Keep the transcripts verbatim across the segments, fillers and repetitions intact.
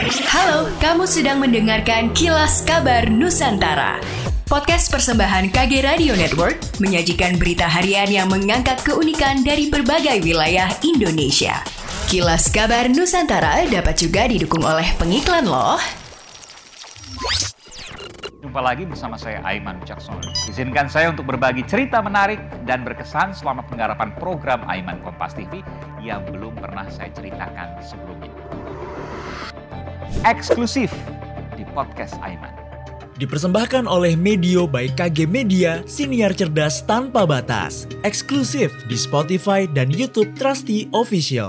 Halo, kamu sedang mendengarkan Kilas Kabar Nusantara. Podcast persembahan K G Radio Network menyajikan berita harian yang mengangkat keunikan dari berbagai wilayah Indonesia. Kilas Kabar Nusantara dapat juga didukung oleh pengiklan loh. Jumpa lagi bersama saya Aiman Wicaksono. Izinkan saya untuk berbagi cerita menarik dan berkesan selama penggarapan program Aiman Kompas T V yang belum pernah saya ceritakan sebelumnya. Eksklusif di podcast Aiman. Dipersembahkan oleh Medio by K G Media, siniar cerdas tanpa batas. Eksklusif di Spotify dan YouTube Trusty Official.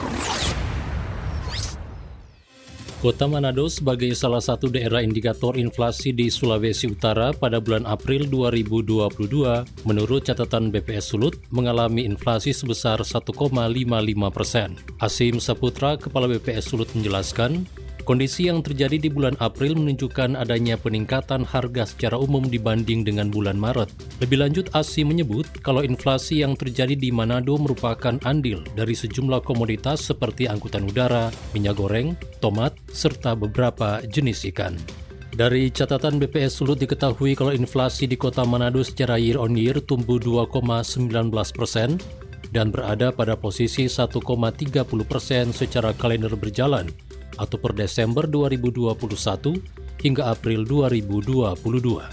Kota Manado sebagai salah satu daerah indikator inflasi di Sulawesi Utara pada bulan April dua ribu dua puluh dua, menurut catatan B P S Sulut, mengalami inflasi sebesar satu koma lima lima persen. Asim Saputra, Kepala B P S Sulut menjelaskan, kondisi yang terjadi di bulan April menunjukkan adanya peningkatan harga secara umum dibanding dengan bulan Maret. Lebih lanjut, Asim menyebut kalau inflasi yang terjadi di Manado merupakan andil dari sejumlah komoditas seperti angkutan udara, minyak goreng, tomat, serta beberapa jenis ikan. Dari catatan B P S Sulut diketahui kalau inflasi di kota Manado secara year on year tumbuh dua koma satu sembilan persen dan berada pada posisi satu koma tiga nol persen secara kalender berjalan atau per Desember dua ribu dua puluh satu hingga April dua ribu dua puluh dua.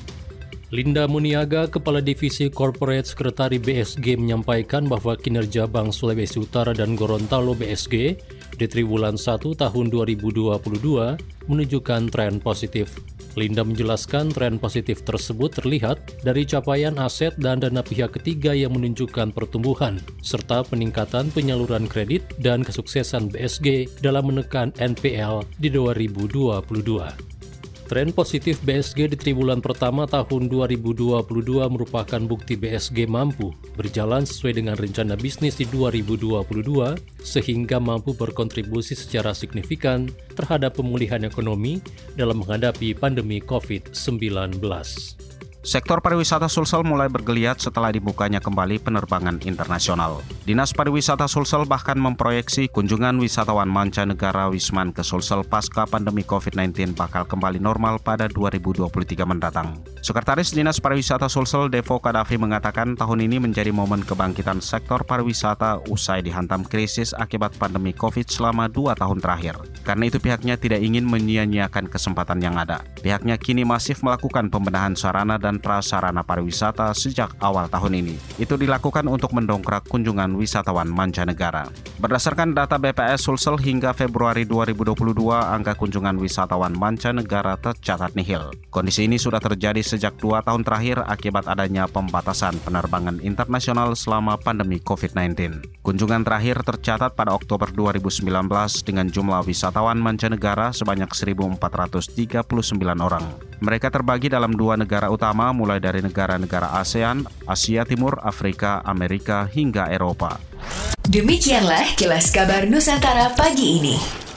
Linda Muniaga, Kepala Divisi Corporate Sekretari B S G menyampaikan bahwa kinerja Bank Sulawesi Utara dan Gorontalo B S G di triwulan satu tahun dua ribu dua puluh dua menunjukkan tren positif. Linda menjelaskan tren positif tersebut terlihat dari capaian aset dan dana pihak ketiga yang menunjukkan pertumbuhan, serta peningkatan penyaluran kredit dan kesuksesan B S G dalam menekan N P L di dua ribu dua puluh dua. Tren positif B S G di triwulan pertama tahun dua ribu dua puluh dua merupakan bukti B S G mampu berjalan sesuai dengan rencana bisnis di dua ribu dua puluh dua sehingga mampu berkontribusi secara signifikan terhadap pemulihan ekonomi dalam menghadapi pandemi covid sembilan belas. Sektor pariwisata Sulsel mulai bergeliat setelah dibukanya kembali penerbangan internasional. Dinas Pariwisata Sulsel bahkan memproyeksi kunjungan wisatawan mancanegara Wisman ke Sulsel pasca pandemi covid sembilan belas bakal kembali normal pada dua ribu dua puluh tiga mendatang. Sekretaris Dinas Pariwisata Sulsel Devo Kadafi mengatakan tahun ini menjadi momen kebangkitan sektor pariwisata usai dihantam krisis akibat pandemi COVID selama dua tahun terakhir. Karena itu pihaknya tidak ingin menyia-nyiakan kesempatan yang ada. Pihaknya kini masif melakukan pembenahan sarana dan prasarana pariwisata sejak awal tahun ini. Itu dilakukan untuk mendongkrak kunjungan wisatawan mancanegara. Berdasarkan data B P S Sulsel hingga Februari dua ribu dua puluh dua, angka kunjungan wisatawan mancanegara tercatat nihil. Kondisi ini sudah terjadi sejak dua tahun terakhir akibat adanya pembatasan penerbangan internasional selama pandemi covid sembilan belas. Kunjungan terakhir tercatat pada Oktober dua ribu sembilan belas dengan jumlah wisatawan mancanegara sebanyak seribu empat ratus tiga puluh sembilan orang. Mereka terbagi dalam dua negara utama mulai dari negara-negara ASEAN, Asia Timur, Afrika, Amerika, hingga Eropa. Demikianlah Kilas Kabar Nusantara pagi ini.